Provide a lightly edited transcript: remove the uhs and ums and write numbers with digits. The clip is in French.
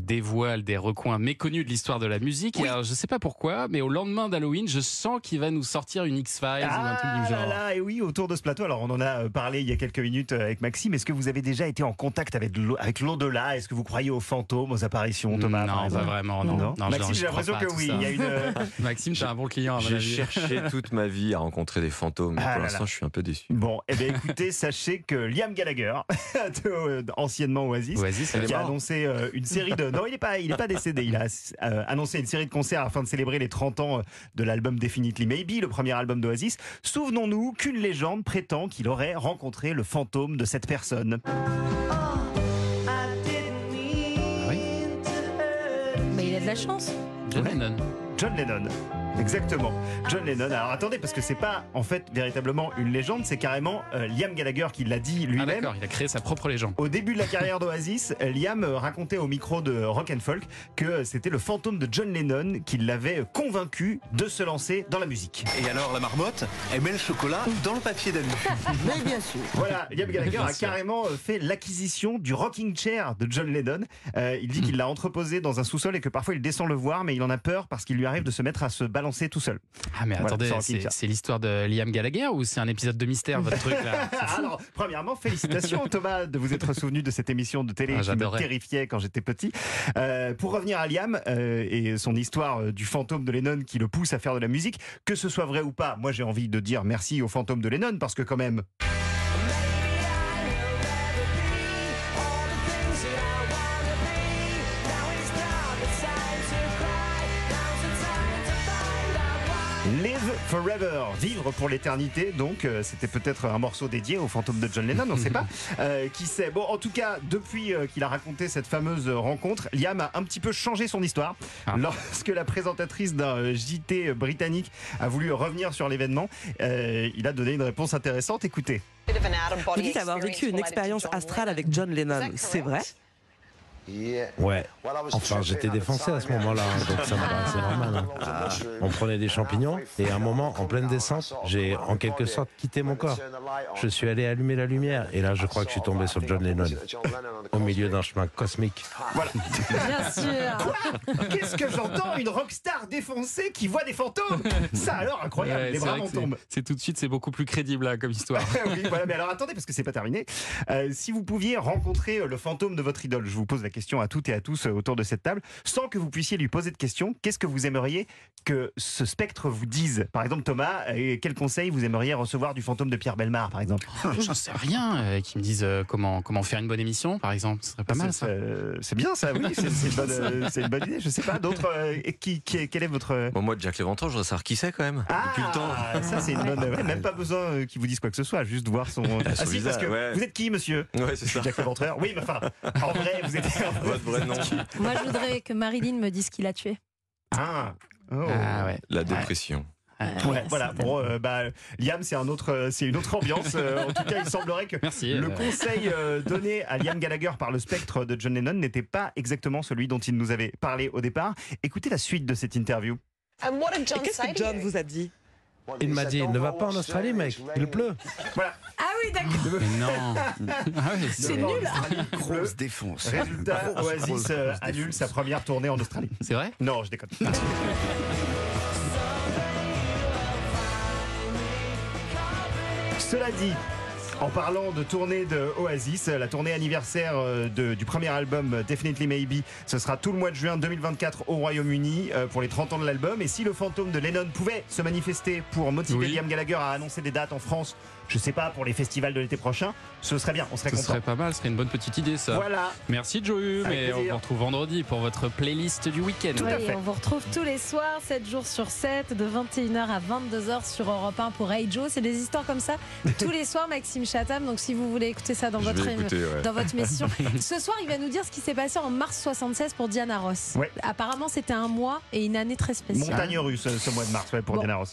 dévoile des recoins méconnus de l'histoire de la musique. Et alors, je sais pas pourquoi, mais au lendemain d'Halloween, je sens qu'il va nous sortir une X-Files ou un truc du genre. Et oui, autour de ce plateau, alors on en a parlé il y a quelques minutes avec Maxime. Est-ce que vous avez déjà été en contact avec l'au-delà? Est-ce que vous croyez aux fantômes, aux apparitions, Thomas? Non, pas vraiment, non. Maxime, j'ai l'impression que oui. Il y a une... Maxime, t'es un bon client. J'ai cherché toute ma vie à rencontrer des fantômes. Mais pour l'instant, je suis un peu déçu. Bon, eh bien écoutez, sachez que Liam Gallagher, anciennement Oasis, qui a annoncé une série de... Non, il n'est pas décédé. Il a annoncé une série de concerts afin de célébrer les 30 ans de l'album Definitely Maybe, le premier album d'Oasis. Souvenons-nous qu'une légende prétend qu'il aurait rencontré le fantôme de cette personne. Oui. Mais il a de la chance. John Lennon. John Lennon. Exactement, John Lennon. Alors attendez, parce que c'est pas en fait véritablement une légende, c'est carrément Liam Gallagher qui l'a dit lui-même. Ah d'accord, il a créé sa propre légende. Au début de la carrière d'Oasis, Liam racontait au micro de Rock and Folk que c'était le fantôme de John Lennon qui l'avait convaincu de se lancer dans la musique. Et alors la marmotte, elle met le chocolat dans le papier d'alu. Mais bien sûr. Voilà, Liam Gallagher a carrément fait l'acquisition du rocking chair de John Lennon. Il dit qu'il l'a entreposé dans un sous-sol et que parfois il descend le voir, mais il en a peur parce qu'il lui arrive de se mettre à se balancer tout seul. Ah mais attendez, c'est l'histoire de Liam Gallagher ou c'est un épisode de mystère votre truc là? Alors, premièrement, félicitations Thomas de vous être souvenu de cette émission de télé qui me terrifiait quand j'étais petit. Pour revenir à Liam et son histoire du fantôme de Lennon qui le pousse à faire de la musique, que ce soit vrai ou pas, moi j'ai envie de dire merci au fantôme de Lennon parce que quand même... Live Forever, vivre pour l'éternité, donc c'était peut-être un morceau dédié au fantôme de John Lennon, on ne sait pas, qui sait. Bon, en tout cas, depuis qu'il a raconté cette fameuse rencontre, Liam a un petit peu changé son histoire. Lorsque la présentatrice d'un JT britannique a voulu revenir sur l'événement, il a donné une réponse intéressante, écoutez. Vous dites avoir vécu une expérience astrale avec John Lennon, c'est vrai ? Ouais, enfin j'étais défoncé à ce moment-là, donc ça me paraissait normal. On prenait des champignons et à un moment, en pleine descente, j'ai en quelque sorte quitté mon corps. Je suis allé allumer la lumière et là je crois que je suis tombé sur John Lennon, au milieu d'un chemin cosmique. Voilà. Bien sûr. Quoi? Qu'est-ce que j'entends? Une rockstar défoncée qui voit des fantômes? Ça alors, incroyable, Ouais, les bras m'en tombent. C'est tout de suite, c'est beaucoup plus crédible là, comme histoire. Oui, voilà, mais alors attendez, parce que c'est pas terminé. Si vous pouviez rencontrer le fantôme de votre idole, je vous pose la question à toutes et à tous autour de cette table, sans que vous puissiez lui poser de questions, qu'est-ce que vous aimeriez que ce spectre vous dise? Par exemple, Thomas, quel conseil vous aimeriez recevoir du fantôme de Pierre Bellemare, par exemple? J'en sais rien, qui me disent comment faire une bonne émission, par exemple. Ce serait pas mal, ça. C'est bien, ça, oui, c'est une bonne idée. Je sais pas, d'autres. Quel est votre. Bon, moi, Jack Léventreur, je voudrais savoir qui c'est quand même. Depuis le temps. Ça, c'est une bonne. Ouais, même pas besoin qu'il vous dise quoi que ce soit, juste voir son. Son si, visage, parce que ouais. Vous êtes qui, monsieur? Ouais, c'est ça. Jack Léventreur. Oui, mais enfin, en vrai, vous êtes. Votre vrai nom. Moi, je voudrais que Marilyn me dise qui l'a tué. Ah. Oh. Ah ouais. La dépression. Ouais, voilà. Bon, Liam, c'est une autre ambiance. En tout cas, il semblerait que le conseil donné à Liam Gallagher par le spectre de John Lennon n'était pas exactement celui dont il nous avait parlé au départ. Écoutez la suite de cette interview. Et qu'est-ce que John vous a dit ? Il m'a dit, ne va pas en Australie mec, il pleut. Voilà. Ah oui, d'accord. Mais non. Ah ouais, C'est nul. Grosse défonce. Résultat, Oasis annule sa première tournée en Australie. C'est vrai? Non, je déconne. Cela dit, en parlant de tournée de Oasis, la tournée anniversaire du premier album Definitely Maybe, ce sera tout le mois de juin 2024 au Royaume-Uni pour les 30 ans de l'album. Et si le fantôme de Lennon pouvait se manifester pour motiver Liam Gallagher à annoncer des dates en France, je sais pas, pour les festivals de l'été prochain, ce serait bien, on serait content. Ce serait pas mal, ce serait une bonne petite idée, ça. Voilà. Merci Joe, mais on vous retrouve vendredi pour votre playlist du week-end. Tout à fait. On vous retrouve tous les soirs, 7 jours sur 7, de 21h à 22h sur Europe 1 pour Hey Joe. C'est des histoires comme ça tous les soirs, Maxime Chatham. Donc si vous voulez écouter ça dans votre émission. Ce soir, il va nous dire ce qui s'est passé en mars 76 pour Diana Ross. Ouais. Apparemment, c'était un mois et une année très spéciale. Montagne russe ce mois de mars pour Diana Ross.